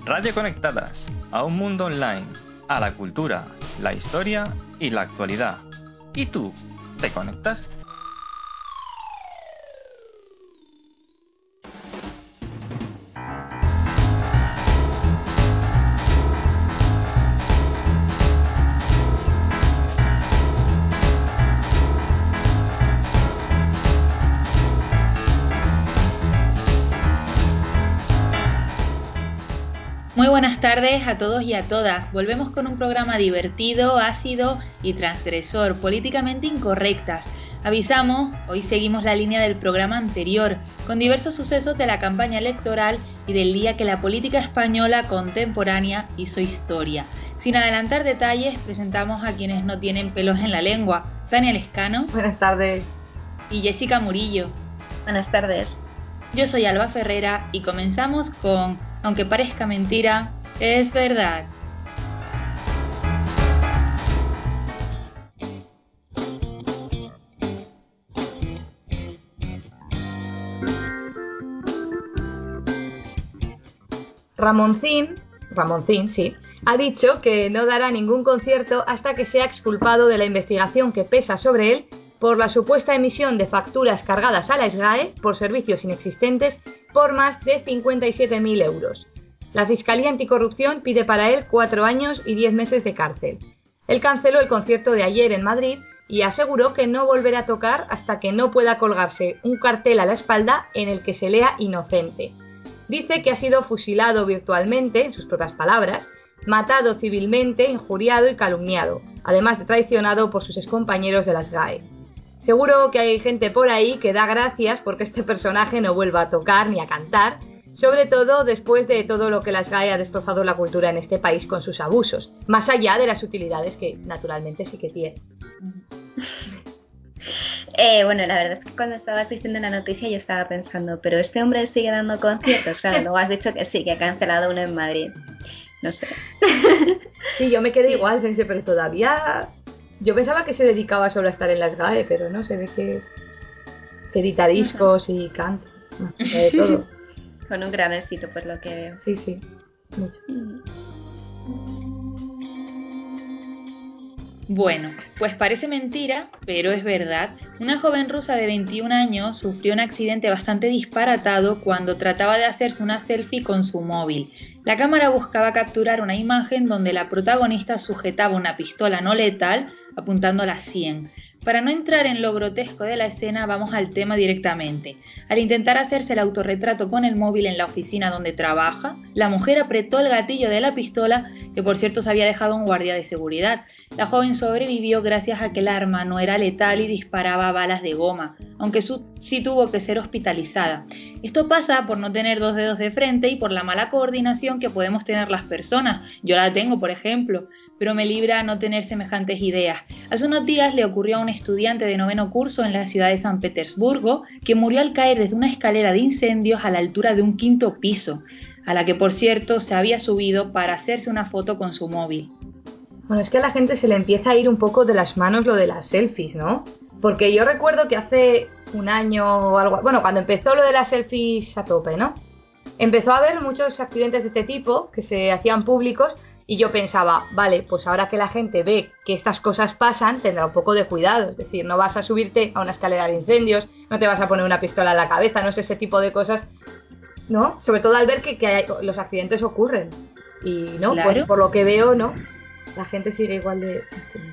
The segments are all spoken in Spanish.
Radio Conectadas, a un mundo online, a la cultura, la historia y la actualidad. ¿Y tú, te conectas? Muy buenas tardes a todos y a todas. Volvemos con un programa divertido, ácido y transgresor, políticamente incorrectas. Avisamos, hoy seguimos la línea del programa anterior, con diversos sucesos de la campaña electoral y del día que la política española contemporánea hizo historia. Sin adelantar detalles, presentamos a quienes no tienen pelos en la lengua. Tania Lescano. Buenas tardes. Y Jessica Murillo. Buenas tardes. Yo soy Alba Ferrera y comenzamos con Aunque parezca mentira, es verdad. Ramoncín, sí, ha dicho que no dará ningún concierto hasta que sea exculpado de la investigación que pesa sobre él por la supuesta emisión de facturas cargadas a la SGAE por servicios inexistentes por más de 57.000 euros. La Fiscalía Anticorrupción pide para él 4 años y 10 meses de cárcel. Él canceló el concierto de ayer en Madrid y aseguró que no volverá a tocar hasta que no pueda colgarse un cartel a la espalda en el que se lea inocente. Dice que ha sido fusilado virtualmente, en sus propias palabras, matado civilmente, injuriado y calumniado, además de traicionado por sus excompañeros de la SGAE. Seguro que hay gente por ahí que da gracias porque este personaje no vuelva a tocar ni a cantar, sobre todo después de todo lo que la SGAE ha destrozado la cultura en este país con sus abusos, más allá de las utilidades que naturalmente sí que tiene. Bueno, la verdad es que cuando estabas diciendo la noticia yo estaba pensando, pero este hombre sigue dando conciertos, claro, luego has dicho que sí, que ha cancelado uno en Madrid, no sé. Sí, yo me quedé igual, pensé, pero todavía... Yo pensaba que se dedicaba solo a estar en las SGAE, pero no, se ve que edita discos y canta, de todo. Con un gran éxito, por lo que veo. Sí, mucho. Bueno, pues parece mentira, pero es verdad. Una joven rusa de 21 años sufrió un accidente bastante disparatado cuando trataba de hacerse una selfie con su móvil. La cámara buscaba capturar una imagen donde la protagonista sujetaba una pistola no letal apuntando a las 100. Para no entrar en lo grotesco de la escena, vamos al tema directamente. Al intentar hacerse el autorretrato con el móvil en la oficina donde trabaja, la mujer apretó el gatillo de la pistola, que por cierto se había dejado un guardia de seguridad. La joven sobrevivió gracias a que el arma no era letal y disparaba balas de goma, aunque sí tuvo que ser hospitalizada. Esto pasa por no tener 2 dedos de frente y por la mala coordinación que podemos tener las personas. Yo la tengo, por ejemplo, pero me libra no tener semejantes ideas. Hace unos días le ocurrió a un estudiante de 9º curso en la ciudad de San Petersburgo que murió al caer desde una escalera de incendios a la altura de un 5º piso, a la que por cierto se había subido para hacerse una foto con su móvil. Bueno, es que a la gente se le empieza a ir un poco de las manos lo de las selfies, ¿no? Porque yo recuerdo que hace un año o algo, bueno, cuando empezó lo de las selfies a tope, ¿no? Empezó a haber muchos accidentes de este tipo que se hacían públicos y yo pensaba, vale, pues ahora que la gente ve que estas cosas pasan, tendrá un poco de cuidado. Es decir, no vas a subirte a una escalera de incendios, no te vas a poner una pistola en la cabeza, no sé, ese tipo de cosas, ¿no? Sobre todo al ver que los accidentes ocurren. Y no, claro. por lo que veo, no. La gente sigue igual de...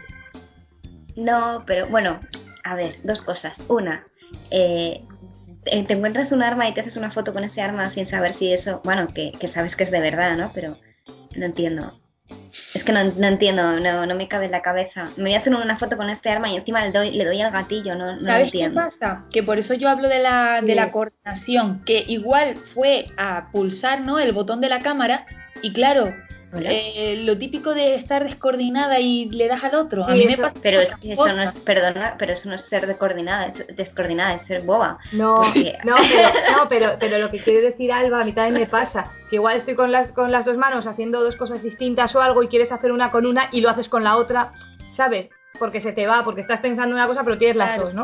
No, pero bueno, a ver, 2 cosas. Una, te encuentras un arma y te haces una foto con ese arma sin saber si eso... Bueno, que sabes que es de verdad, ¿no? Pero no entiendo. Es que no entiendo, no me cabe en la cabeza. Me voy a hacer una foto con este arma y encima le doy al gatillo, no ¿Sabes entiendo. qué pasa? Que por eso yo hablo de la coordinación, que igual fue a pulsar, ¿no?, el botón de la cámara y claro, lo típico de estar descoordinada y le das al otro. Sí, a mí eso, me pasa. Pero es que eso no es, perdona, pero eso no es ser descoordinada, es ser boba. No, Porque... pero lo que quiere decir Alba, a mí también me pasa, que igual estoy con las 2 manos haciendo 2 cosas distintas o algo y quieres hacer una con una y lo haces con la otra, ¿sabes? Porque se te va, porque estás pensando una cosa pero tienes las 2, ¿no?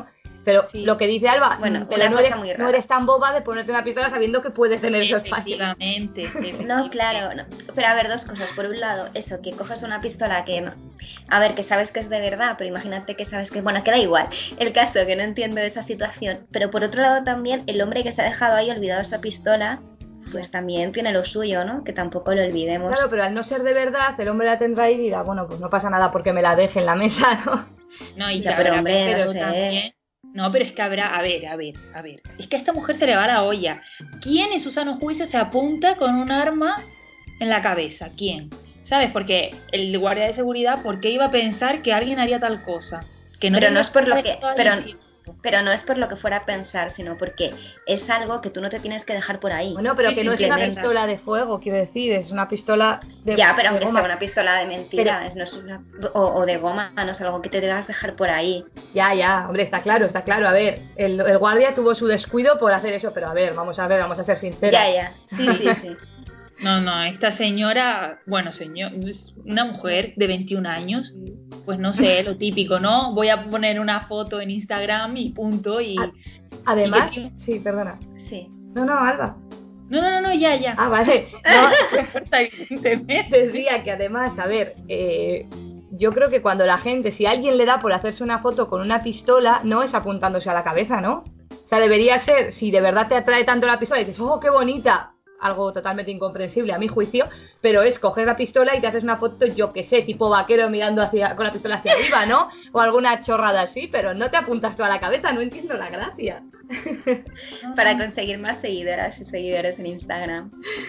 Pero Sí. lo que dice Alba, Bueno, pero una no cosa eres, muy rara. no eres tan boba de ponerte una pistola sabiendo que puedes tener esos fallos. Efectivamente. No, claro, no. Pero a ver, dos cosas. Por un lado, eso, que coges una pistola que no. A ver, que sabes que es de verdad, pero imagínate que sabes que. Bueno, que da igual. El caso, que no entiendo esa situación. Pero por otro lado, también, el hombre que se ha dejado ahí olvidado esa pistola, pues también tiene lo suyo, ¿no? Que tampoco lo olvidemos. Claro, pero al no ser de verdad, el hombre la tendrá ahí y dirá, bueno, pues no pasa nada porque me la deje en la mesa, ¿no? No, y Ya, que pero habrá hombre, no pero sé. también. No, pero es que habrá, a ver. Es que a esta mujer se le va la olla. ¿Quién en su sano juicio se apunta con un arma en la cabeza? ¿Quién? ¿Sabes? Porque el guardia de seguridad, ¿por qué iba a pensar que alguien haría tal cosa? Que Pero no tendría es por lo haber que. estado Pero, ahí. pero no es por lo que fuera a pensar, sino porque es algo que tú no te tienes que dejar por ahí. Bueno, pero Sí, que no es una simplemente. pistola de fuego, quiero decir, es una pistola de Ya, pero de aunque goma. sea una pistola de mentira, no es una, o de goma, no es algo que te debas dejar por ahí. Ya, hombre, está claro. A ver, el guardia tuvo su descuido por hacer eso, pero a ver, vamos a ser sinceras. Ya, sí. No, esta señora, bueno, es una mujer de 21 años, pues no sé, lo típico, ¿no? Voy a poner una foto en Instagram y punto, y... Además, ¿Y qué tiene? sí, perdona. Sí. No, Alba. No, ya. Ah, vale. No, Corta, evidentemente. decía que además, a ver, yo creo que cuando la gente, si alguien le da por hacerse una foto con una pistola, no es apuntándose a la cabeza, ¿no? O sea, debería ser, si de verdad te atrae tanto la pistola y dices, ¡oh, qué bonita! Algo totalmente incomprensible a mi juicio, pero es coger la pistola y te haces una foto, yo que sé, tipo vaquero mirando con la pistola hacia arriba, ¿no? O alguna chorrada así, pero no te apuntas tú a la cabeza, no entiendo la gracia. Para conseguir más seguidoras y seguidores en Instagram.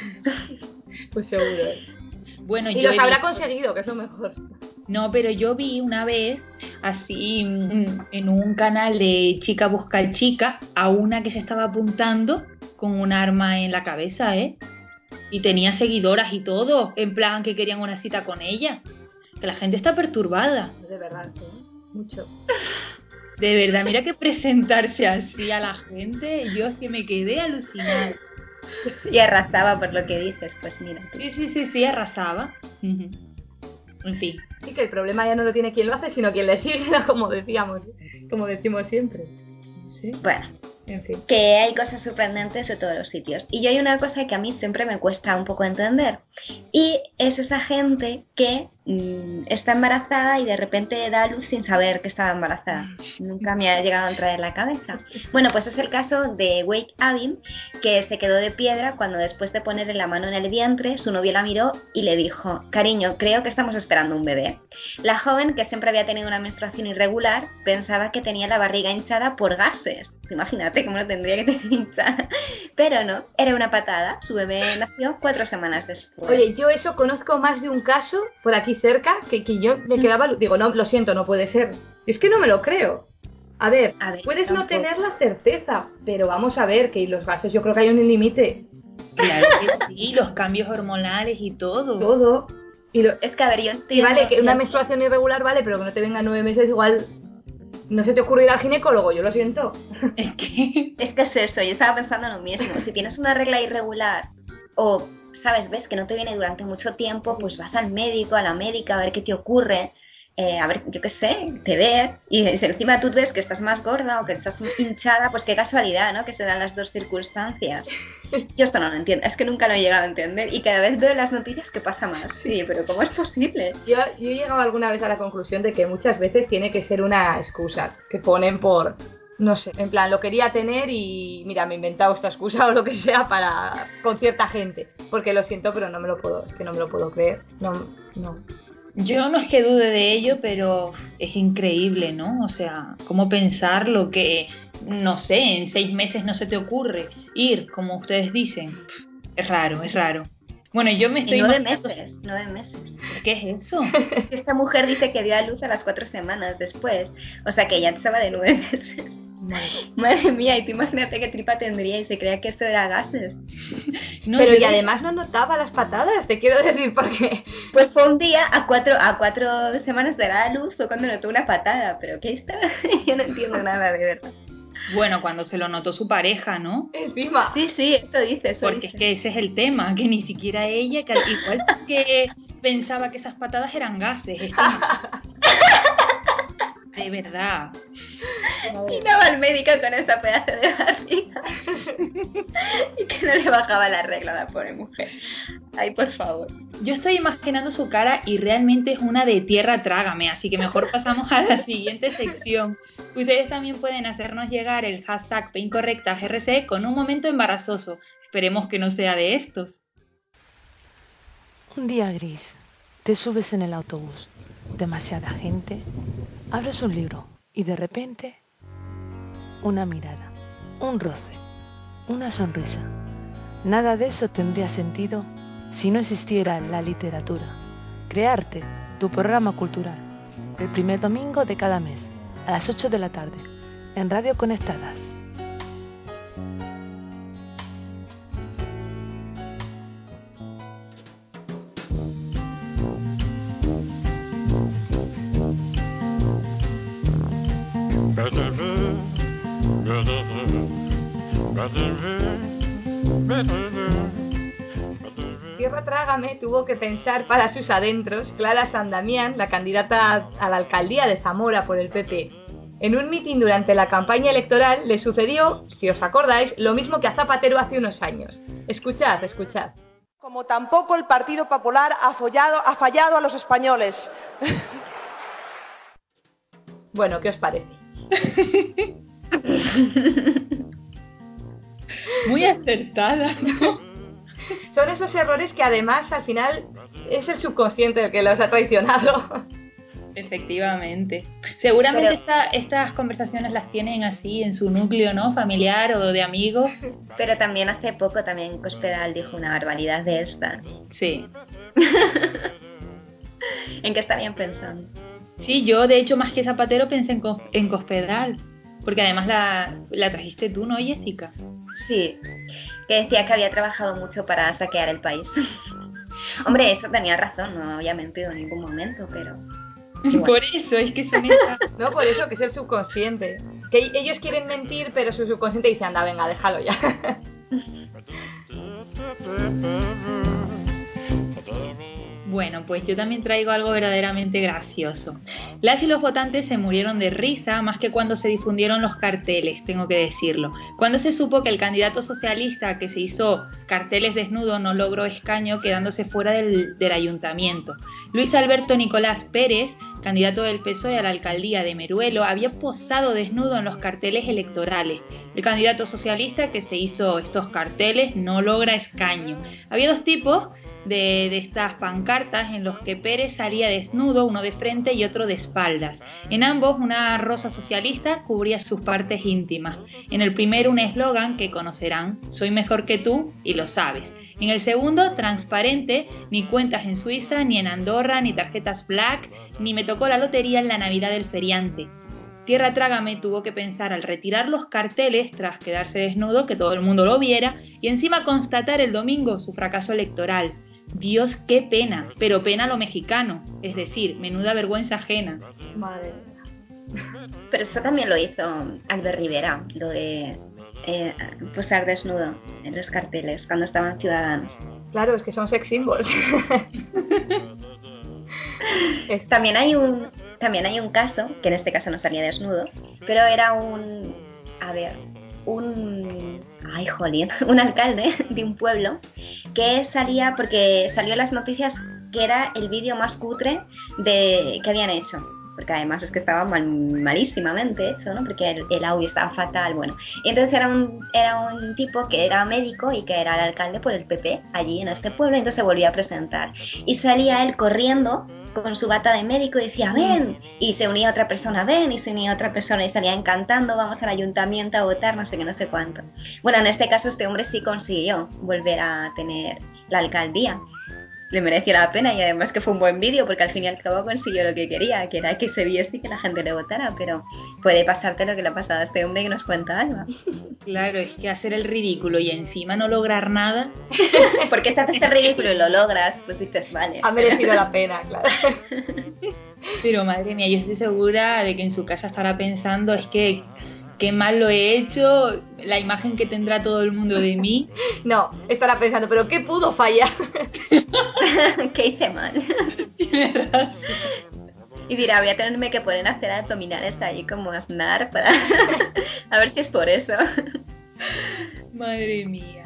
Pues seguro. Bueno, Y yo los he habrá visto- conseguido, que es lo mejor. No, pero yo vi una vez, así, en un canal de Chica Busca Chica, a una que se estaba apuntando con un arma en la cabeza, ¿eh? Y tenía seguidoras y todo, en plan que querían una cita con ella. Que la gente está perturbada. De verdad, ¿eh? Mucho. De verdad, mira que presentarse así a la gente, yo es que me quedé alucinada. Y arrasaba por lo que dices, pues mira. Sí, arrasaba. Ujú. En fin. Sí, que el problema ya no lo tiene quien lo hace, sino quien le sigue, como decíamos, como decimos siempre. No sé, Bueno, en fin. que hay cosas sorprendentes de todos los sitios. Y hay una cosa que a mí siempre me cuesta un poco entender. Y es esa gente que está embarazada y de repente da a luz sin saber que estaba embarazada. Nunca me ha llegado a entrar en la cabeza. Bueno, pues es el caso de Wade Abim, que se quedó de piedra cuando después de ponerle la mano en el vientre, su novio la miró y le dijo: cariño, creo que estamos esperando un bebé. La joven, que siempre había tenido una menstruación irregular, pensaba que tenía la barriga hinchada por gases. Imagínate cómo lo tendría que tener hinchada. Pero no, era una patada. Su bebé nació 4 semanas después. Oye, yo eso conozco más de un caso por aquí cerca que yo me quedaba... Digo, no, lo siento, no puede ser. Es que no me lo creo. A ver, puedes no tampoco. tener la certeza, pero vamos a ver que los gases yo creo que hay un límite. Claro que sí, los cambios hormonales y todo. Todo. Es que a ver, yo Y entiendo... vale, que una menstruación irregular, vale, pero que no te venga 9 meses, igual no se te ocurre ir al ginecólogo, yo lo siento. Es que... Es que es eso, yo estaba pensando lo mismo. Si tienes una regla irregular o, sabes, ves que no te viene durante mucho tiempo, pues vas al médico, a la médica, a ver qué te ocurre. A ver, yo qué sé, te ves y si encima tú ves que estás más gorda o que estás hinchada, pues qué casualidad, ¿no? Que se dan las dos circunstancias. Yo esto no lo entiendo, es que nunca lo he llegado a entender y cada vez veo en las noticias que pasa más. Sí, pero ¿cómo es posible? Yo he llegado alguna vez a la conclusión de que muchas veces tiene que ser una excusa que ponen por, no sé, en plan, lo quería tener y mira, me he inventado esta excusa o lo que sea para con cierta gente. Porque lo siento, pero no me lo puedo, es que no me lo puedo creer. No. Yo no es que dude de ello, pero es increíble, ¿no? O sea, ¿cómo pensar lo que, no sé, en 6 meses no se te ocurre ir, como ustedes dicen? Es raro. Bueno, yo me estoy... Y 9 imaginando- meses, 9 meses. ¿Qué es eso? Esta mujer dice que dio a luz a las 4 semanas después, o sea que ya estaba de 9 meses. Madre mía, y tú imagínate qué tripa tendría y se creía que eso era gases. No, Pero yo y además no notaba las patadas, te quiero decir, porque... Pues fue un día a 4 semanas de dar a luz fue cuando notó una patada, pero ¿qué está? Yo no entiendo nada de verdad. Bueno, cuando se lo notó su pareja, ¿no? Encima... Sí, eso dice, eso Porque dice. es que ese es el tema, que ni siquiera ella, que igual que pensaba que esas patadas eran gases. De verdad. Y no va al médico con esa pedazo de barriga. Y que no le bajaba la regla a la pobre mujer. Ay, por favor. Yo estoy imaginando su cara y realmente es una de tierra trágame, así que mejor pasamos a la siguiente sección. Ustedes también pueden hacernos llegar el hashtag PinCorrectasRC con un momento embarazoso. Esperemos que no sea de estos. Un día gris, te subes en el autobús, demasiada gente, abres un libro y de repente una mirada, un roce, una sonrisa. Nada de eso tendría sentido si no existiera la literatura. Crearte, tu programa cultural, el primer domingo de cada mes, a las 8 de la tarde, en Radio Conectadas. Tierra Trágame tuvo que pensar para sus adentros Clara San Damián, la candidata a la alcaldía de Zamora por el PP. En un mitin durante la campaña electoral le sucedió, si os acordáis, lo mismo que a Zapatero hace unos años. Escuchad. Como tampoco el Partido Popular ha fallado a los españoles. Bueno, ¿qué os parece? Muy acertada, ¿no? Son esos errores que además al final es el subconsciente el que los ha traicionado. Efectivamente. Seguramente estas conversaciones las tienen así en su núcleo, ¿no? Familiar o de amigos. Pero también hace poco Cospedal dijo una barbaridad de estas. Sí. ¿En qué estarían pensando? Sí, yo de hecho más que Zapatero pensé en Cospedal. Porque además la trajiste tú, ¿no, Jessica? Sí, que decía que había trabajado mucho para saquear el país. Hombre, eso tenía razón, no había mentido en ningún momento, pero... Igual. Por eso, es que son esas... No, por eso, que es el subconsciente. Que ellos quieren mentir, pero su subconsciente dice, anda, venga, déjalo ya. Bueno, pues yo también traigo algo verdaderamente gracioso. Las y los votantes se murieron de risa más que cuando se difundieron los carteles, tengo que decirlo. Cuando se supo que el candidato socialista que se hizo carteles desnudo no logró escaño, quedándose fuera del ayuntamiento. Luis Alberto Nicolás Pérez, candidato del PSOE a la alcaldía de Meruelo, había posado desnudo en los carteles electorales. El candidato socialista que se hizo estos carteles no logra escaño. Había dos tipos de estas pancartas en los que Pérez salía desnudo, uno de frente y otro de espaldas. En ambos una rosa socialista cubría sus partes íntimas. En el primero un eslogan que conocerán: soy mejor que tú y lo sabes. En el segundo, transparente: ni cuentas en Suiza, ni en Andorra, ni tarjetas Black, ni me tocó la lotería en la Navidad del feriante. Tierra Trágame tuvo que pensar al retirar los carteles tras quedarse desnudo que todo el mundo lo viera y encima constatar el domingo su fracaso electoral. Dios, qué pena, pero pena a lo mexicano, es decir, menuda vergüenza ajena. Madre mía. Pero eso también lo hizo Albert Rivera, lo de posar desnudo en los carteles cuando estaban Ciudadanos. Claro, es que son sex symbols. También hay un caso, que en este caso no salía desnudo, pero era un alcalde de un pueblo que salía, porque salió en las noticias que era el vídeo más cutre que habían hecho, porque además es que estaba malísimamente hecho, ¿no? Porque el audio estaba fatal, bueno. Y entonces era un tipo que era médico y que era el alcalde por el PP allí en este pueblo, y entonces se volvía a presentar. Y salía él corriendo con su bata de médico y decía, ven, y se unía otra persona, ven, y se unía otra persona y salían cantando, vamos al ayuntamiento a votar, no sé qué, no sé cuánto. Bueno, en este caso este hombre sí consiguió volver a tener la alcaldía. Le mereció la pena y además que fue un buen vídeo porque al fin y al cabo consiguió lo que quería, que era que se viese y que la gente le votara, pero puede pasarte lo que le ha pasado a este hombre que nos cuenta Alba. Claro, es que hacer el ridículo y encima no lograr nada. Porque si haces el ridículo y lo logras, pues dices, vale. Ha merecido la pena, claro. Pero madre mía, yo estoy segura de que en su casa estará pensando, es que qué mal lo he hecho, la imagen que tendrá todo el mundo de mí. No, estará pensando, pero ¿qué pudo fallar? ¿Qué hice mal? Y dirá, voy a tenerme que poner a hacer abdominales ahí como Aznar para a ver si es por eso. Madre mía.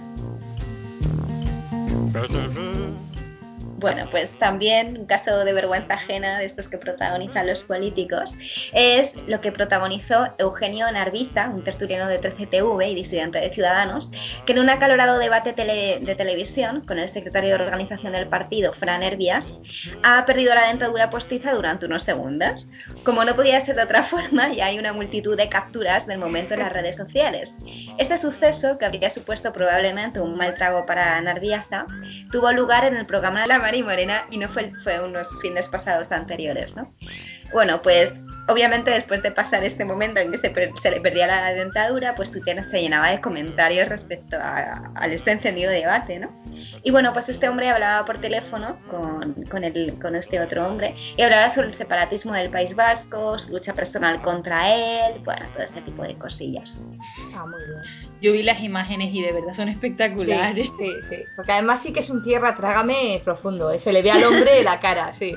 Bueno, pues también un caso de vergüenza ajena de estos que protagonizan los políticos es lo que protagonizó Eugenio Narviza, un tertuliano de 13TV y disidente de Ciudadanos, que en un acalorado debate de televisión con el secretario de organización del partido, Fran Herbias, ha perdido la dentadura postiza durante unos segundos. Como no podía ser de otra forma, ya hay una multitud de capturas del momento en las redes sociales. Este suceso, que habría supuesto probablemente un mal trago para Narviza, tuvo lugar en el programa La Mari Morena y no fue unos fines pasados anteriores, ¿no? Bueno, pues obviamente después de pasar este momento en que se le perdía la dentadura, pues Twitter se llenaba de comentarios respecto al este encendido debate, ¿no? Y bueno, pues este hombre hablaba por teléfono con este otro hombre y hablaba sobre el separatismo del País Vasco, su lucha personal contra él, bueno, todo ese tipo de cosillas. Ah, muy bien. Yo vi las imágenes y de verdad son espectaculares. Sí. Porque además sí que es un tierra trágame profundo, ¿eh? Se le ve al hombre la cara, sí.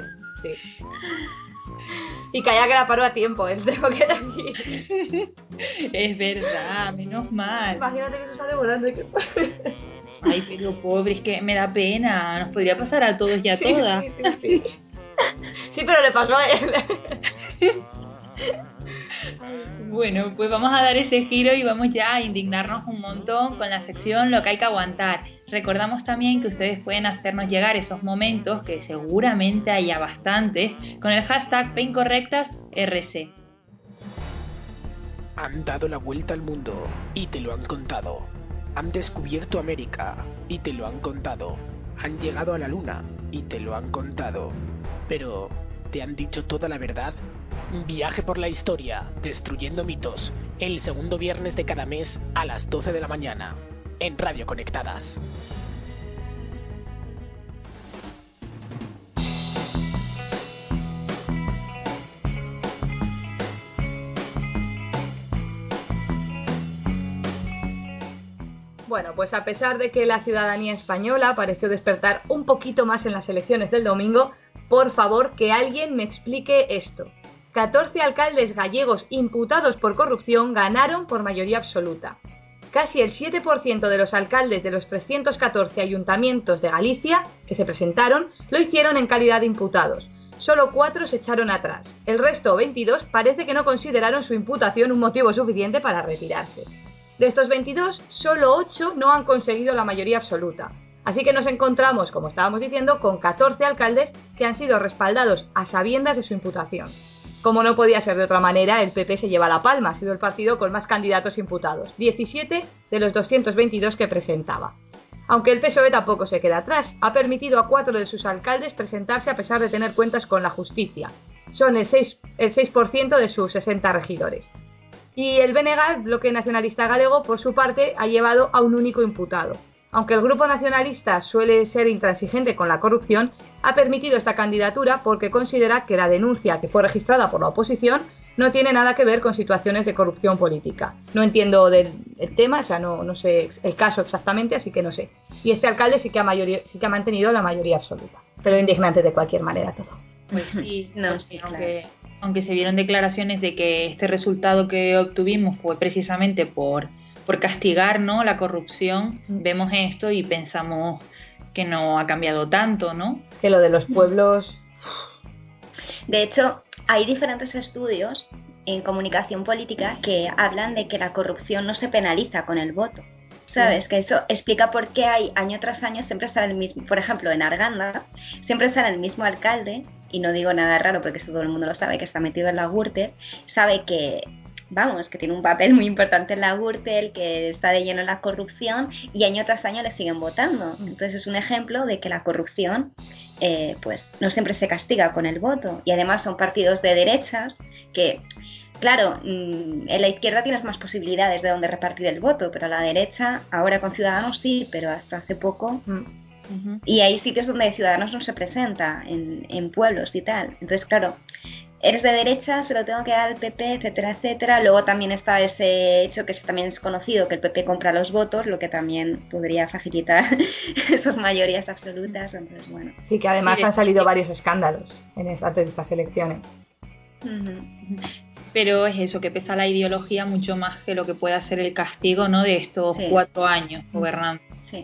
Y calla que la paró a tiempo, tengo que decir. Es verdad, menos mal. Imagínate que se está devorando y que... Ay, pero pobre, es que me da pena. Nos podría pasar a todos y a todas. Sí. Sí, pero le pasó a él. Bueno, pues vamos a dar ese giro y vamos ya a indignarnos un montón con la sección Lo que hay que aguantar. Recordamos también que ustedes pueden hacernos llegar esos momentos, que seguramente haya bastantes, con el hashtag PeinCorrectasRC. Han dado la vuelta al mundo y te lo han contado. Han descubierto América y te lo han contado. Han llegado a la luna y te lo han contado. Pero, ¿te han dicho toda la verdad? Viaje por la historia, destruyendo mitos, el segundo viernes de cada mes a las 12 de la mañana, en Radio Conectadas. Bueno, pues a pesar de que la ciudadanía española pareció despertar un poquito más en las elecciones del domingo, por favor que alguien me explique esto. 14 alcaldes gallegos imputados por corrupción ganaron por mayoría absoluta. Casi el 7% de los alcaldes de los 314 ayuntamientos de Galicia que se presentaron lo hicieron en calidad de imputados. Solo 4 se echaron atrás. El resto, 22, parece que no consideraron su imputación un motivo suficiente para retirarse. De estos 22, solo 8 no han conseguido la mayoría absoluta. Así que nos encontramos, como estábamos diciendo, con 14 alcaldes que han sido respaldados a sabiendas de su imputación. Como no podía ser de otra manera, el PP se lleva la palma, ha sido el partido con más candidatos imputados, 17 de los 222 que presentaba. Aunque el PSOE tampoco se queda atrás, ha permitido a 4 de sus alcaldes presentarse a pesar de tener cuentas con la justicia. Son el 6% de sus 60 regidores. Y el BNG, el Bloque Nacionalista Galego, por su parte, ha llevado a un único imputado. Aunque el grupo nacionalista suele ser intransigente con la corrupción, ha permitido esta candidatura porque considera que la denuncia que fue registrada por la oposición no tiene nada que ver con situaciones de corrupción política. No entiendo del tema, o sea, no sé el caso exactamente, así que no sé. Y este alcalde sí que ha mantenido la mayoría absoluta. Pero indignante de cualquier manera todo. Pues sí, no, pues sí, aunque se vieron declaraciones de que este resultado que obtuvimos fue precisamente por castigar, ¿no?, la corrupción, vemos esto y pensamos que no ha cambiado tanto, ¿no? Es que lo de los pueblos... De hecho, hay diferentes estudios en comunicación política que hablan de que la corrupción no se penaliza con el voto. ¿Sabes? Que eso explica por qué hay año tras año siempre sale el mismo. Por ejemplo, en Arganda siempre sale el mismo alcalde, y no digo nada raro porque eso todo el mundo lo sabe, que está metido en la Gürtel, sabe que tiene un papel muy importante en la Gürtel, que está de lleno en la corrupción y año tras año le siguen votando. Entonces es un ejemplo de que la corrupción pues no siempre se castiga con el voto. Y además son partidos de derechas que, claro, en la izquierda tienes más posibilidades de dónde repartir el voto, pero a la derecha, ahora con Ciudadanos sí, pero hasta hace poco... Y hay sitios donde Ciudadanos no se presenta, en pueblos y tal. Entonces, claro, eres de derecha, se lo tengo que dar al PP, etcétera, etcétera. Luego también está ese hecho que también es conocido, que el PP compra los votos, lo que también podría facilitar esas mayorías absolutas. Entonces, bueno. Sí, que además han salido varios escándalos antes de estas elecciones. Pero es eso, que pesa la ideología mucho más que lo que pueda ser el castigo, ¿no? De estos 4 años gobernando. Sí.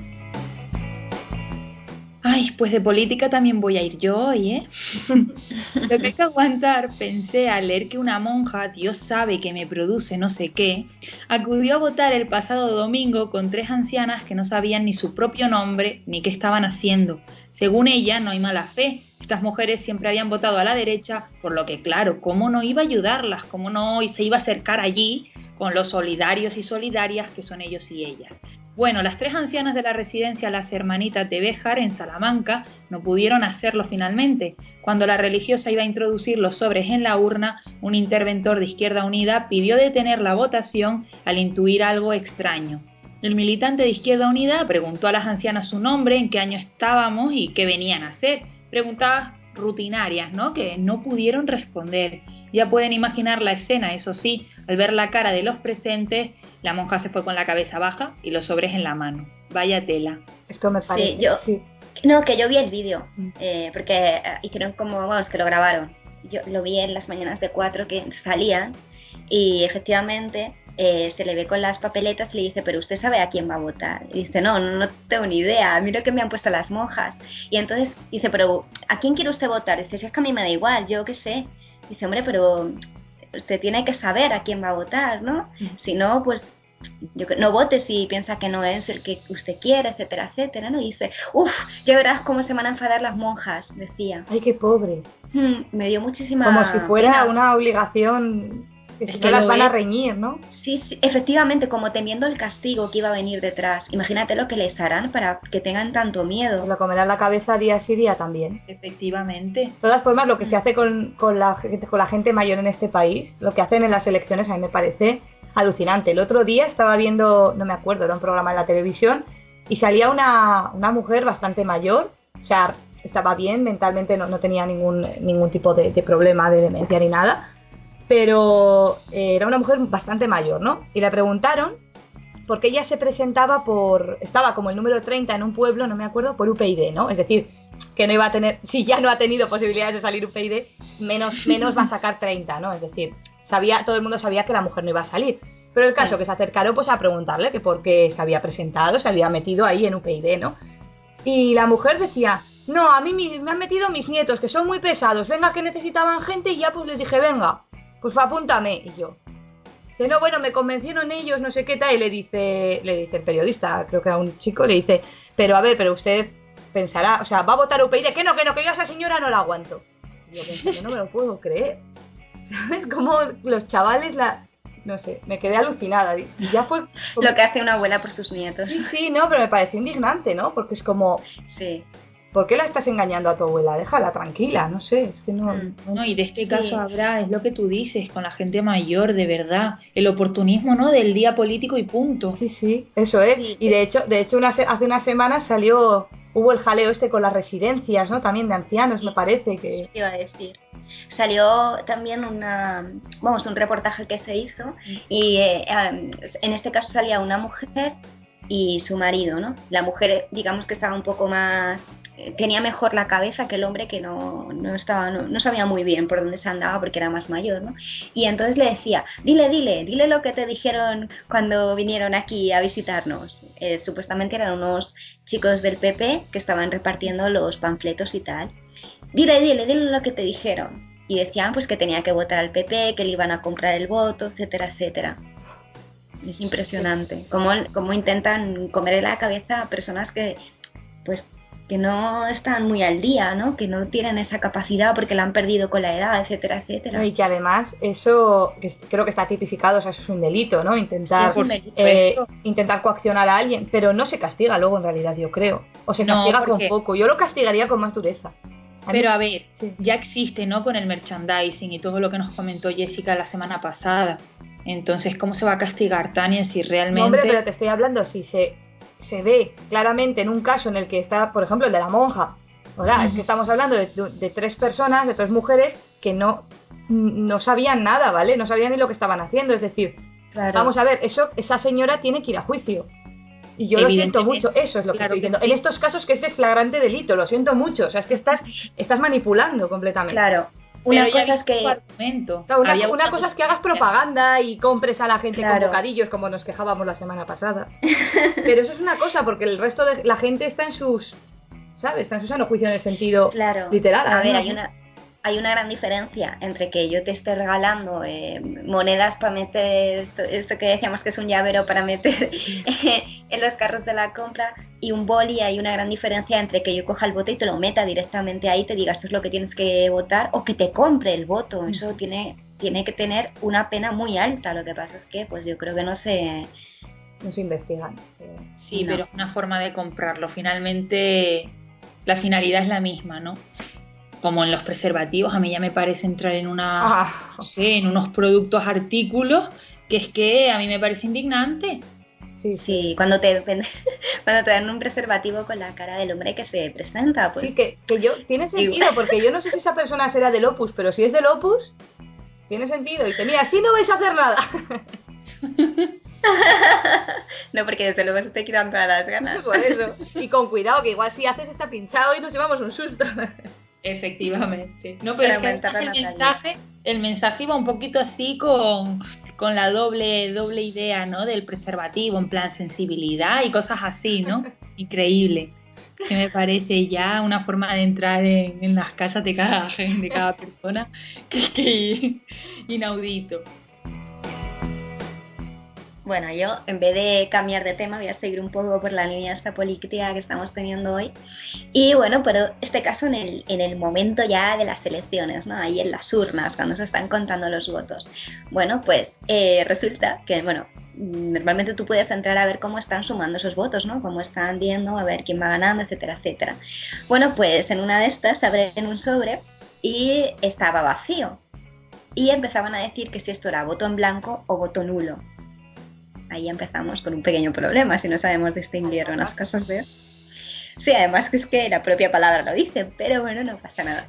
Ay, pues de política también voy a ir yo hoy, ¿eh? Lo que hay que aguantar, pensé al leer que una monja, Dios sabe que me produce no sé qué, acudió a votar el pasado domingo con 3 ancianas que no sabían ni su propio nombre ni qué estaban haciendo. Según ella, no hay mala fe. Estas mujeres siempre habían votado a la derecha, por lo que, claro, ¿cómo no iba a ayudarlas? ¿Cómo no se iba a acercar allí con los solidarios y solidarias que son ellos y ellas? Bueno, las 3 ancianas de la residencia Las Hermanitas de Béjar, en Salamanca, no pudieron hacerlo finalmente. Cuando la religiosa iba a introducir los sobres en la urna, un interventor de Izquierda Unida pidió detener la votación al intuir algo extraño. El militante de Izquierda Unida preguntó a las ancianas su nombre, en qué año estábamos y qué venían a hacer. Preguntas rutinarias, ¿no? Que no pudieron responder. Ya pueden imaginar la escena, eso sí, al ver la cara de los presentes, la monja se fue con la cabeza baja y los sobres en la mano. Vaya tela. Esto me parece. Sí. No, que yo vi el vídeo, porque hicieron como, vamos, que lo grabaron. Yo lo vi en las mañanas de 4 que salían y efectivamente se le ve con las papeletas y le dice, pero usted sabe a quién va a votar. Y dice, no tengo ni idea, mira que me han puesto las monjas. Y entonces dice, pero ¿a quién quiere usted votar? Dice, si es que a mí me da igual, yo qué sé. Dice, hombre, pero usted tiene que saber a quién va a votar, ¿no? Si no, pues no vote si piensa que no es el que usted quiere, etcétera, etcétera, ¿no? Y dice, ya verás cómo se van a enfadar las monjas, decía. Ay, qué pobre. Me dio muchísima como si fuera pena. Una obligación que no las van a reñir, ¿no? Sí, efectivamente, como temiendo el castigo que iba a venir detrás. Imagínate lo que les harán para que tengan tanto miedo. Lo comerán la cabeza día sí día también. Efectivamente. De todas formas, lo que se hace con la gente mayor en este país, lo que hacen en las elecciones, a mí me parece alucinante. El otro día estaba viendo, no me acuerdo, era un programa en la televisión y salía una mujer bastante mayor, o sea, estaba bien mentalmente, no tenía ningún tipo de problema de demencia ni nada, pero era una mujer bastante mayor, ¿no? Y le preguntaron porque ella se presentaba estaba como el número 30 en un pueblo, no me acuerdo, por UPyD, ¿no? Es decir, que no iba a tener, si ya no ha tenido posibilidades de salir UPyD, menos va a sacar 30, ¿no? Es decir, todo el mundo sabía que la mujer no iba a salir. Pero el caso que se acercaron pues a preguntarle que por qué se había presentado, se había metido ahí en UPyD, ¿no? Y la mujer decía, no, a mí me han metido mis nietos, que son muy pesados, venga, que necesitaban gente, y ya pues les dije, venga, pues apúntame. Y yo, no, bueno, me convencieron ellos, no sé qué tal, y le dice el periodista, creo que era un chico, le dice, pero a ver, pero usted pensará, o sea, va a votar UPyD, que no, yo a esa señora no la aguanto. Y yo pensé, yo no me lo puedo creer. ¿Sabes? Como los chavales no sé, me quedé alucinada. Y ya fue como... Lo que hace una abuela por sus nietos. Sí, no, pero me pareció indignante, ¿no? Porque es como... Sí. ¿Por qué la estás engañando a tu abuela? Déjala tranquila, no sé, es que no... No, y de este caso habrá, es lo que tú dices, con la gente mayor, de verdad, el oportunismo, ¿no?, del día político y punto. Sí, eso es. Sí. Y de hecho hace unas semanas hubo el jaleo con las residencias, ¿no?, también de ancianos, me parece que... Sí, iba a decir. Salió también un reportaje que se hizo y en este caso salía una mujer y su marido, ¿no? La mujer, digamos que estaba un poco más... tenía mejor la cabeza que el hombre, que no sabía muy bien por dónde se andaba porque era más mayor, ¿no? Y entonces le decía, dile lo que te dijeron cuando vinieron aquí a visitarnos. Supuestamente eran unos chicos del PP que estaban repartiendo los panfletos y tal. Dile lo que te dijeron. Y decían pues que tenía que votar al PP, que le iban a comprar el voto, etcétera, etcétera. Es impresionante cómo intentan comer la cabeza a personas que no están muy al día, ¿no? Que no tienen esa capacidad porque la han perdido con la edad, etcétera, etcétera. Y que además eso creo que está tipificado, o sea, eso es un delito, ¿no? Intentar coaccionar a alguien, pero no se castiga luego en realidad, yo creo. O se castiga con poco. Yo lo castigaría con más dureza. Pero a ver, ya existe, ¿no?, con el merchandising y todo lo que nos comentó Jessica la semana pasada. Entonces, ¿cómo se va a castigar, Tania, si realmente... No, hombre, pero te estoy hablando, si se ve claramente en un caso en el que está, por ejemplo, el de la monja. ¿Verdad? Es que estamos hablando de 3 personas, de 3 mujeres que no sabían nada, ¿vale? No sabían ni lo que estaban haciendo. Es decir, vamos a ver, esa señora tiene que ir a juicio. Y yo lo siento mucho, eso es lo que estoy diciendo. En estos casos que es de flagrante delito, lo siento mucho. O sea, es que estás manipulando completamente. Claro. Una Pero ya cosa es viste que... tu argumento. Claro, Había una cosa es que hagas propaganda y compres a la gente con Claro. bocadillos, como nos quejábamos la semana pasada. Pero eso es una cosa, porque el resto de la gente está en sus, ¿sabes? Está en su sano juicio en el sentido Claro. literal. A ver, ¿no? hay una gran diferencia entre que yo te esté regalando monedas para meter esto que decíamos que es un llavero para meter en los carros de la compra y un boli. Hay una gran diferencia entre que yo coja el voto y te lo meta directamente ahí, te diga esto es lo que tienes que votar, o que te compre el voto. Eso tiene que tener una pena muy alta. Lo que pasa es que pues yo creo que no se investigan. Sí, No. pero es una forma de comprarlo. Finalmente, la finalidad es la misma, ¿no? Como en los preservativos, a mí ya me parece entrar en no sé, en unos productos, artículos, que es que a mí me parece indignante. Sí, cuando te dan un preservativo con la cara del hombre que se presenta, pues... Sí, que tiene sentido, porque yo no sé si esa persona será del Opus, pero si es del Opus, tiene sentido. Y dice, mira, así no vais a hacer nada. No, porque desde luego se te quitan todas las ganas. Por eso. Y con cuidado, que igual si haces está pinchado y nos llevamos un susto. Efectivamente. No, pero es que aumentar la el mensaje iba un poquito así con la doble idea, ¿no? Del preservativo, en plan sensibilidad y cosas así, ¿no? Increíble. Que me parece ya una forma de entrar en las casas de cada persona que inaudito. Bueno, yo en vez de cambiar de tema voy a seguir un poco por la línea esta política que estamos teniendo hoy. Y bueno, pero este caso en el momento ya de las elecciones, ¿no? Ahí en las urnas, cuando se están contando los votos. Bueno, pues resulta que, bueno, normalmente tú puedes entrar a ver cómo están sumando esos votos, ¿no? Cómo están viendo, a ver quién va ganando, etcétera, etcétera. Bueno, pues en una de estas abren un sobre y estaba vacío. Y empezaban a decir que si esto era voto en blanco o voto nulo. Ahí empezamos con un pequeño problema si no sabemos distinguir unas cosas de... Sí, además que es que la propia palabra lo dice, pero bueno, no pasa nada.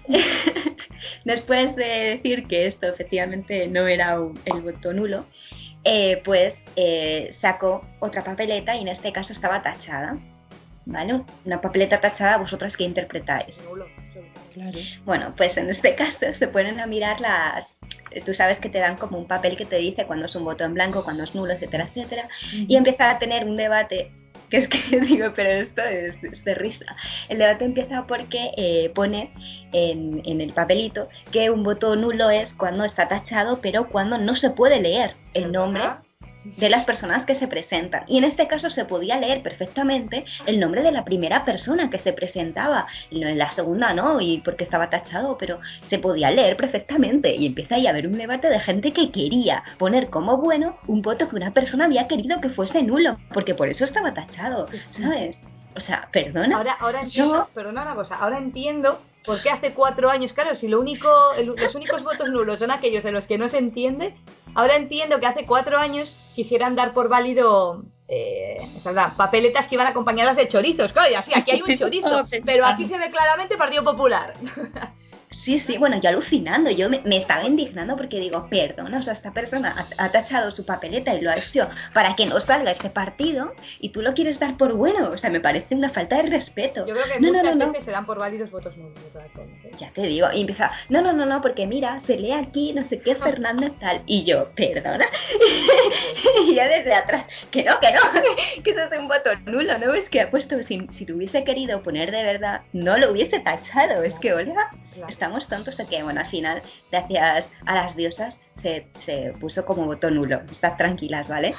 Después de decir que esto efectivamente no era el voto nulo, pues sacó otra papeleta y en este caso estaba tachada, ¿vale? Una papeleta tachada, ¿vosotras qué interpretáis? Nulo. Claro. Bueno, pues en este caso se ponen a mirar tú sabes que te dan como un papel que te dice cuando es un voto en blanco, cuando es nulo, etcétera, etcétera, y empieza a tener un debate, que es que yo digo, pero esto es de risa. El debate empieza porque pone en el papelito que un voto nulo es cuando está tachado, pero cuando no se puede leer el nombre de las personas que se presentan. Y en este caso se podía leer perfectamente el nombre de la primera persona que se presentaba. En la segunda no, y porque estaba tachado, pero se podía leer perfectamente. Y empieza ahí a haber un debate de gente que quería poner como bueno un voto que una persona había querido que fuese nulo, porque por eso estaba tachado, ¿sabes? O sea, perdona. Ahora entiendo, perdona una cosa, ahora entiendo por qué hace 4 años, claro, si los únicos votos nulos son aquellos de los que no se entiende, ahora entiendo que hace 4 años quisieran dar por válido papeletas que iban acompañadas de chorizos, claro, y así, aquí hay un chorizo, pero aquí se ve claramente Partido Popular. Sí, bueno, yo alucinando, yo me estaba indignando porque digo, perdona, o sea, esta persona ha tachado su papeleta y lo ha hecho para que no salga este partido y tú lo quieres dar por bueno, o sea, me parece una falta de respeto. Yo creo que muchas veces se dan por válidos votos nulos. Ya te digo, y empieza, no, porque mira, se lee aquí, no sé qué, Fernández tal, y yo, perdona, y ya desde atrás, que no, que eso es un voto nulo, ¿no? Es que ha puesto, si te hubiese querido poner de verdad, no lo hubiese tachado, es que, hola, estamos tontos, o que, bueno, al final, gracias a las diosas, se puso como voto nulo. Estad tranquilas, ¿vale?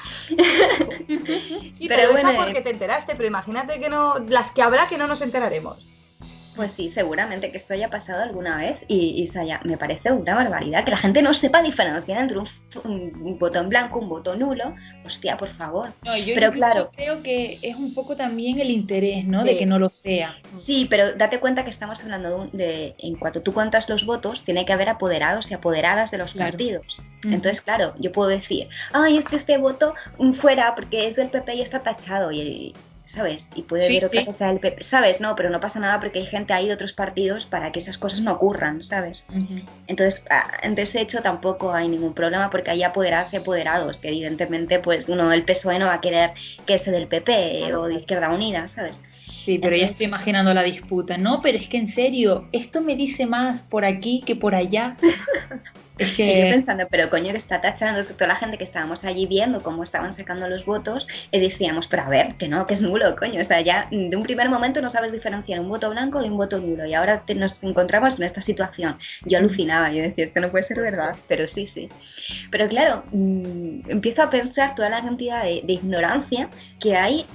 Sí, pero bueno, esa porque te enteraste, pero imagínate que no, las que habrá que no nos enteraremos. Pues sí, seguramente que esto haya pasado alguna vez y me parece una barbaridad que la gente no sepa diferenciar entre un voto en blanco, un voto nulo. Hostia, por favor. No, yo pero claro, creo que es un poco también el interés, ¿no? Sí. De que no lo sea. Sí, pero date cuenta que estamos hablando en cuanto tú cuentas los votos, tiene que haber apoderados y apoderadas de los partidos. Entonces, claro, yo puedo decir, ay, es que este voto fuera porque es del PP y está tachado y ¿sabes? Y puede haber otra cosa del PP, ¿sabes? No, pero no pasa nada porque hay gente ahí de otros partidos para que esas cosas no ocurran, ¿sabes? Entonces, en ese hecho tampoco hay ningún problema porque hay apoderadas y apoderados, que evidentemente pues uno del PSOE no va a querer que ese del PP o de Izquierda Unida, ¿sabes? Sí, pero ya Entonces, estoy imaginando la disputa. No, pero es que en serio, esto me dice más por aquí que por allá. Es y yo que pensando, pero coño, que está tachando. Entonces, toda la gente que estábamos allí viendo cómo estaban sacando los votos, decíamos, pero a ver, que no, que es nulo, coño. O sea, ya de un primer momento no sabes diferenciar un voto blanco de un voto nulo. Y ahora nos encontramos en esta situación. Yo alucinaba, yo decía, esto no puede ser verdad, pero sí, sí. Pero claro, empiezo a pensar toda la cantidad de ignorancia que hay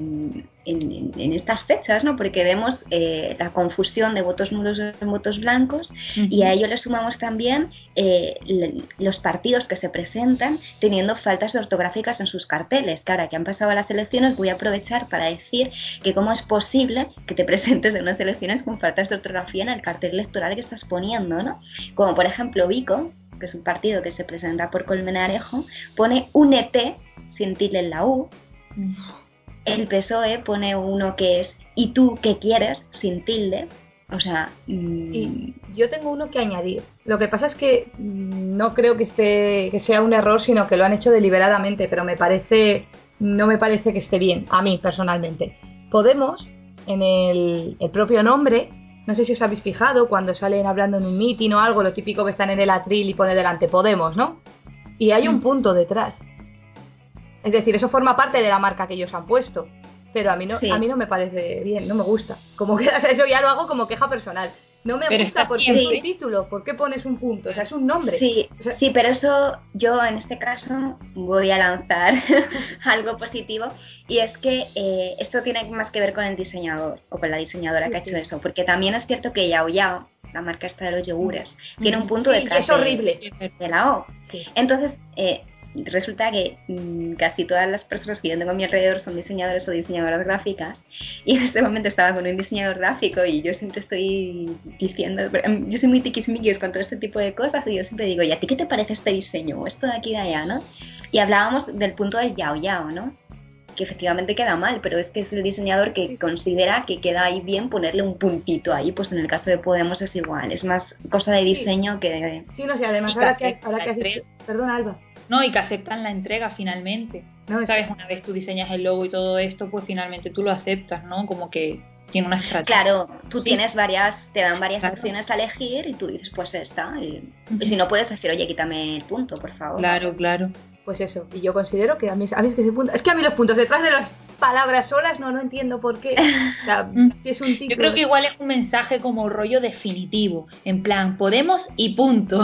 en estas fechas, ¿no? Porque vemos la confusión de votos nulos en votos blancos y a ello le sumamos también los partidos que se presentan teniendo faltas ortográficas en sus carteles. Que ahora que han pasado las elecciones voy a aprovechar para decir que cómo es posible que te presentes en unas elecciones con faltas de ortografía en el cartel electoral que estás poniendo, ¿no? Como por ejemplo Vico, que es un partido que se presenta por Colmenarejo, pone un ET sin tilde en la U. El PSOE pone uno que es ¿y tú qué quieres? Sin tilde. O sea... Y yo tengo uno que añadir. Lo que pasa es que no creo que sea un error, sino que lo han hecho deliberadamente, pero no me parece que esté bien, a mí personalmente. Podemos, en el propio nombre, no sé si os habéis fijado, cuando salen hablando en un mitin o algo, lo típico que están en el atril y pone delante Podemos, ¿no? Y hay un punto detrás. Es decir, eso forma parte de la marca que ellos han puesto. Pero a mí no me parece bien, no me gusta. Como que eso ya lo hago como queja personal. No me gusta porque es un título. ¿Por qué pones un punto? O sea, es un nombre. Sí, o sea, sí, pero eso yo en este caso voy a lanzar algo positivo. Y es que esto tiene más que ver con el diseñador o con la diseñadora que ha hecho eso. Porque también es cierto que Yao Yao, la marca esta de los yogures, tiene un punto detrás es horrible. De la O. Sí. Entonces... resulta que casi todas las personas que yo tengo a mi alrededor son diseñadores o diseñadoras gráficas y en este momento estaba con un diseñador gráfico y yo siempre estoy diciendo, yo soy muy tiquismiquis con todo este tipo de cosas y yo siempre digo, ¿y a ti qué te parece este diseño? Esto de aquí y de allá, ¿no? Y hablábamos del punto del yao yao, ¿no? Que efectivamente queda mal, pero es que es el diseñador que considera que queda ahí bien ponerle un puntito ahí, pues en el caso de Podemos es igual, es más cosa de diseño que... Sí, no sé, además ahora que has dicho... Perdona, Alba. No, y que aceptan la entrega finalmente. No, ¿sabes? Una vez tú diseñas el logo y todo esto, pues finalmente tú lo aceptas, ¿no? Como que tiene una estrategia. Claro, tú tienes te dan varias opciones a elegir y tú dices, pues esta. Y si no puedes decir, oye, quítame el punto, por favor. Claro, claro. Pues eso, y yo considero que a mí es que ese punto... Es que a mí los puntos detrás de las palabras solas no entiendo por qué. O sea, si es un título... Yo creo que igual es un mensaje como rollo definitivo, en plan, Podemos y punto.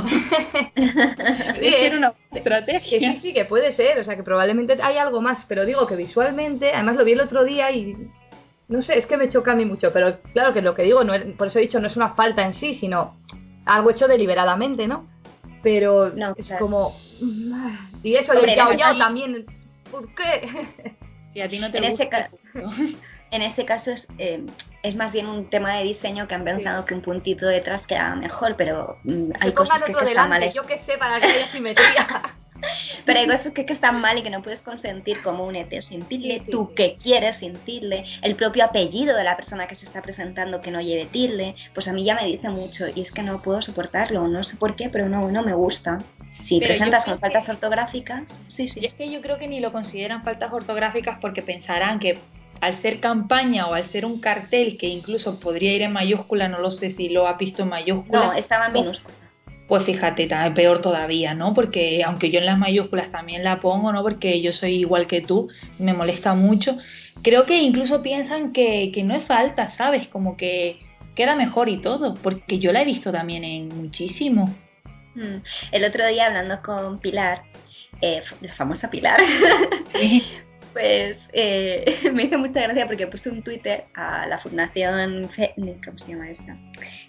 Sí, es una estrategia. Sí, que puede ser, o sea, que probablemente hay algo más, pero digo que visualmente, además lo vi el otro día y... No sé, es que me choca a mí mucho, pero claro que lo que digo, por eso he dicho, no es una falta en sí, sino algo hecho deliberadamente, ¿no? Pero no, es claro. como... Y eso del yao yao también, ¿por qué? Y a ti no te en gusta. En este caso es más bien un tema de diseño que han pensado que un puntito detrás queda mejor, pero hay cosas que están mal. Yo qué sé, para que haya simetría. Pero hay cosas que están mal y que no puedes consentir, como un ET sin tilde, tú que quieres sin tilde, el propio apellido de la persona que se está presentando que no lleve tilde, pues a mí ya me dice mucho y es que no puedo soportarlo, no sé por qué, pero no me gusta. Si pero presentas con faltas ortográficas, sí. Y es que yo creo que ni lo consideran faltas ortográficas porque pensarán que al ser campaña o al ser un cartel que incluso podría ir en mayúscula, no lo sé si lo has visto en mayúscula. No, estaba en minúscula. Pues fíjate, peor todavía, ¿no? Porque aunque yo en las mayúsculas también la pongo, ¿no? Porque yo soy igual que tú, me molesta mucho. Creo que incluso piensan que no es falta, ¿sabes? Como que queda mejor y todo, porque yo la he visto también en muchísimo. El otro día hablando con Pilar, la famosa Pilar, Sí. pues me hizo mucha gracia porque puse un Twitter a la fundación... ¿Cómo se llama esta?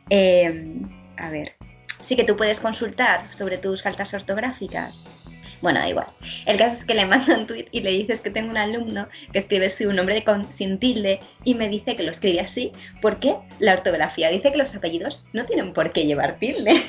A ver... Sí que tú puedes consultar sobre tus faltas ortográficas. Bueno, da igual. El caso es que le mando un tweet y le dices que tengo un alumno que escribe su nombre sin tilde y me dice que lo escribe así porque la ortografía dice que los apellidos no tienen por qué llevar tilde.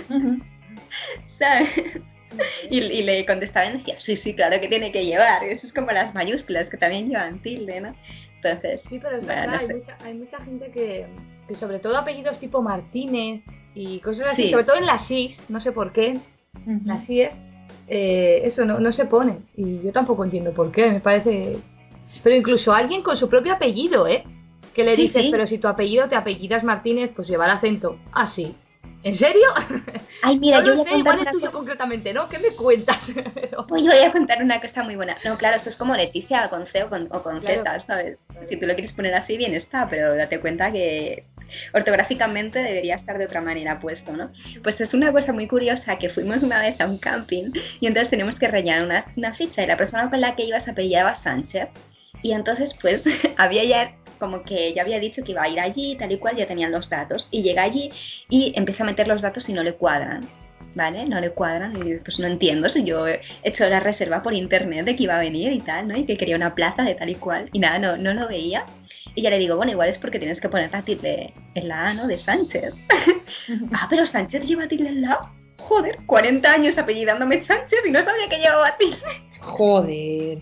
¿Sabes? Y le contestaba y decía, sí, claro que tiene que llevar. Eso es como las mayúsculas que también llevan tilde, ¿no? Entonces, sí, pero es verdad, hay mucha gente que sobre todo apellidos tipo Martínez y cosas así, sobre todo en las is, no sé por qué, las is, eso no se pone. Y yo tampoco entiendo por qué, me parece... Pero incluso alguien con su propio apellido, Que le Sí, dices, sí. pero si tu apellido te apellidas Martínez, pues llevará acento. Ah, sí. ¿En serio? Ay, mira, No yo lo voy a sé, contar igual el una tuyo cosa. concretamente, ¿no? ¿Qué me cuentas? Pero- Pues yo voy a contar una cosa muy buena. No, claro, eso es como Leticia con C o con Claro. Z, ¿sabes? Si tú lo quieres poner así, bien está, pero date cuenta que ortográficamente debería estar de otra manera puesto, ¿no? Pues es una cosa muy curiosa que fuimos una vez a un camping y entonces tenemos que rellenar una ficha y la persona con la que iba se apellidaba Sánchez y entonces pues había ya como que ya había dicho que iba a ir allí tal y cual, ya tenían los datos y llega allí y empieza a meter los datos y no le cuadran. ¿Vale? No le cuadran y pues no entiendo si yo he hecho la reserva por internet de que iba a venir y tal, ¿no? Y que quería una plaza de tal y cual y nada, no lo veía. Y ya le digo, bueno, igual es porque tienes que poner la tilde en la A, ¿no? De Sánchez. Ah, pero Sánchez lleva tilde en la A. Joder, 40 años apellidándome Sánchez y no sabía que llevaba tilde. Joder.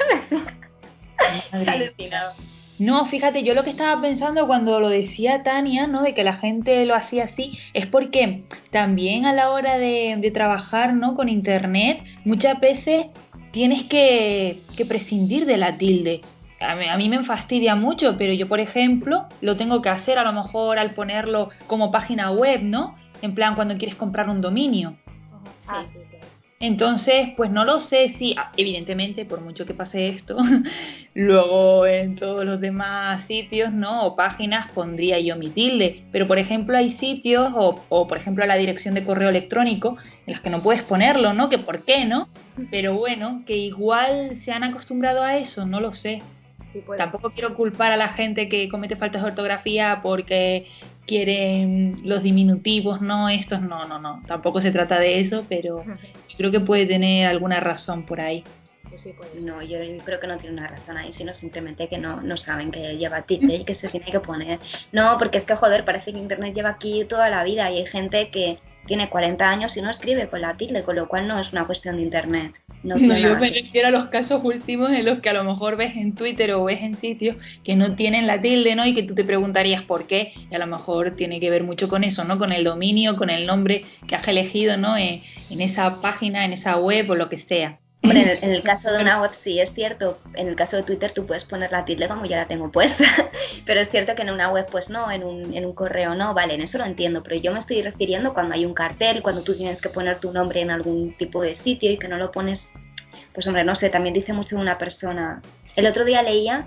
Madre. Alucinado. No, fíjate, yo lo que estaba pensando cuando lo decía Tania, ¿no? De que la gente lo hacía así, es porque también a la hora de trabajar, ¿no? Con internet, muchas veces tienes que prescindir de la tilde. A mí me fastidia mucho, pero yo, por ejemplo, lo tengo que hacer a lo mejor al ponerlo como página web, ¿no? En plan, cuando quieres comprar un dominio. Ah, sí, sí. Entonces, pues no lo sé si, evidentemente, por mucho que pase esto, luego en todos los demás sitios, ¿no? O páginas pondría yo mi tilde. Pero, por ejemplo, hay sitios, o por ejemplo, la dirección de correo electrónico, en las que no puedes ponerlo, ¿no? Que por qué, ¿no? Pero bueno, que igual se han acostumbrado a eso, no lo sé. Sí, puede. Tampoco quiero culpar a la gente que comete faltas de ortografía porque quieren los diminutivos, no, estos, no. Tampoco se trata de eso, pero creo que puede tener alguna razón por ahí. Pues sí, puede ser. No, yo creo que no tiene una razón ahí, sino simplemente que no saben que lleva tilde y que se tiene que poner. No, porque es que, joder, parece que Internet lleva aquí toda la vida y hay gente que tiene 40 años y no escribe con la tilde, con lo cual no es una cuestión de Internet. No No, tiene yo nada me que... refiero a los casos últimos en los que a lo mejor ves en Twitter o ves en sitios que no tienen la tilde, ¿no? Y que tú te preguntarías por qué, y a lo mejor tiene que ver mucho con eso, ¿no? Con el dominio, con el nombre que has elegido, ¿no? En esa página, en esa web o lo que sea. Hombre, en el caso de una web sí es cierto, en el caso de Twitter tú puedes poner la tilde como ya la tengo puesta, pero es cierto que en una web pues no, en un correo no, vale, en eso lo entiendo, pero yo me estoy refiriendo cuando hay un cartel, cuando tú tienes que poner tu nombre en algún tipo de sitio y que no lo pones, pues hombre, no sé, también dice mucho de una persona. El otro día leía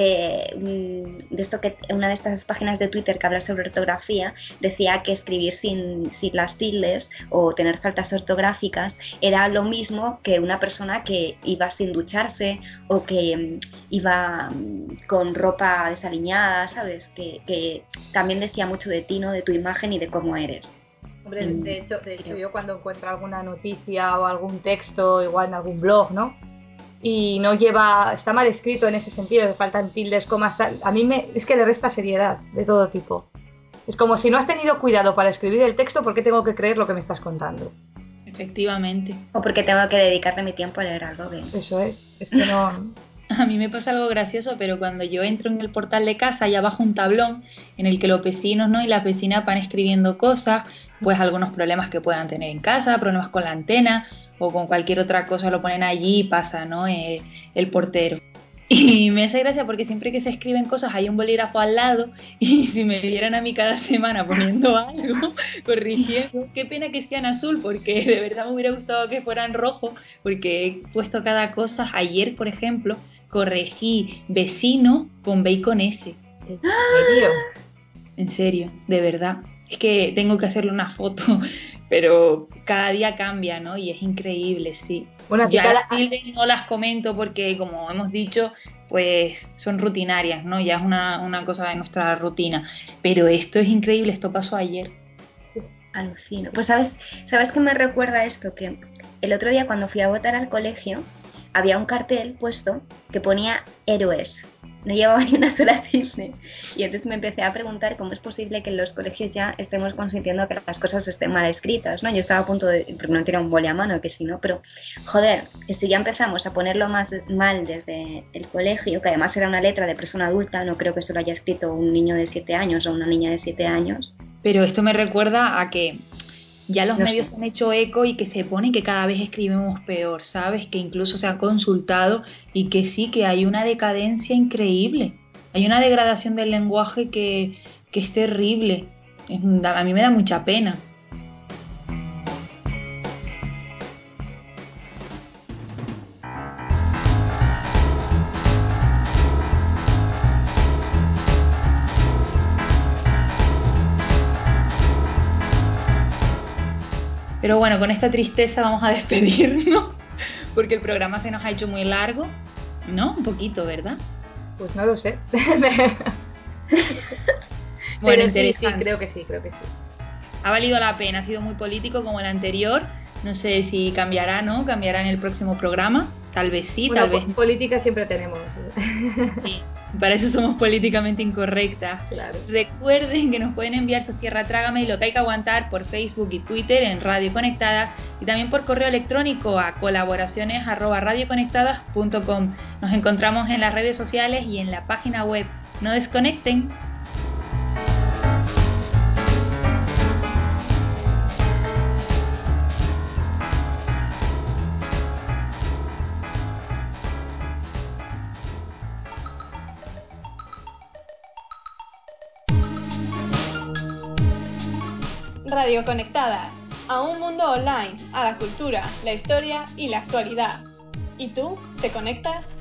de esto que una de estas páginas de Twitter que habla sobre ortografía decía que escribir sin las tildes o tener faltas ortográficas era lo mismo que una persona que iba sin ducharse o que iba con ropa desaliñada, ¿sabes? Que también decía mucho de ti, ¿no? De tu imagen y de cómo eres. Hombre, de hecho yo cuando encuentro alguna noticia o algún texto, igual en algún blog, ¿no? Y no lleva, está mal escrito en ese sentido, que faltan tildes, comas, tal, a mí es que le resta seriedad de todo tipo. Es como si no has tenido cuidado para escribir el texto, ¿por qué tengo que creer lo que me estás contando? Efectivamente. O porque tengo que dedicarle mi tiempo a leer algo que... Eso es que no... A mí me pasa algo gracioso, pero cuando yo entro en el portal de casa, hay abajo un tablón en el que los vecinos, ¿no? Y las vecinas van escribiendo cosas, pues algunos problemas que puedan tener en casa, problemas con la antena o con cualquier otra cosa, lo ponen allí y pasa, ¿no? El portero. Y me hace gracia porque siempre que se escriben cosas hay un bolígrafo al lado y si me vieran a mí cada semana poniendo algo, corrigiendo, qué pena que sean azul porque de verdad me hubiera gustado que fueran rojo porque he puesto cada cosa. Ayer, por ejemplo, corregí vecino con B y con S. ¿En serio? En serio, de verdad. Es que tengo que hacerle una foto, pero cada día cambia, ¿no? Y es increíble, sí. Bueno, Ya las tildes no las comento porque, como hemos dicho, pues son rutinarias, ¿no? Ya es una cosa de nuestra rutina. Pero esto es increíble, esto pasó ayer. Alucino. Pues ¿sabes qué me recuerda esto? Que el otro día cuando fui a votar al colegio había un cartel puesto que ponía héroes. No llevaba ni una sola tilde. Y entonces me empecé a preguntar cómo es posible que en los colegios ya estemos consintiendo que las cosas estén mal escritas, ¿no? Yo estaba a punto de... porque no tenía un boli a mano, que si no, pero joder, si ya empezamos a ponerlo más mal desde el colegio, que además era una letra de persona adulta, no creo que eso lo haya escrito un niño de 7 años o una niña de 7 años. Pero esto me recuerda a que ya los medios sé. han hecho eco y que se pone que cada vez escribimos peor, ¿sabes? Que incluso se ha consultado y que sí, que hay una decadencia increíble. hay una degradación del lenguaje que es terrible. A mí me da mucha pena. Pero bueno, con esta tristeza vamos a despedirnos, porque el programa se nos ha hecho muy largo, ¿no? Un poquito, ¿verdad? Pues no lo sé. Bueno, pero sí, interesante. creo que sí. Ha valido la pena, ha sido muy político como el anterior. No sé si cambiará, ¿no? Cambiará en el próximo programa. Tal vez sí, Bueno, tal vez no. política siempre tenemos. Sí, para eso somos políticamente incorrectas. Claro. Recuerden que nos pueden enviar sus tierra trágame y lo que hay que aguantar por Facebook y Twitter en Radio Conectadas y también por correo electrónico a colaboraciones@radioconectadas.com. Nos encontramos en las redes sociales y en la página web. No desconecten. Radio Conectadas, a un mundo online, a la cultura, la historia y la actualidad. ¿Y tú te conectas?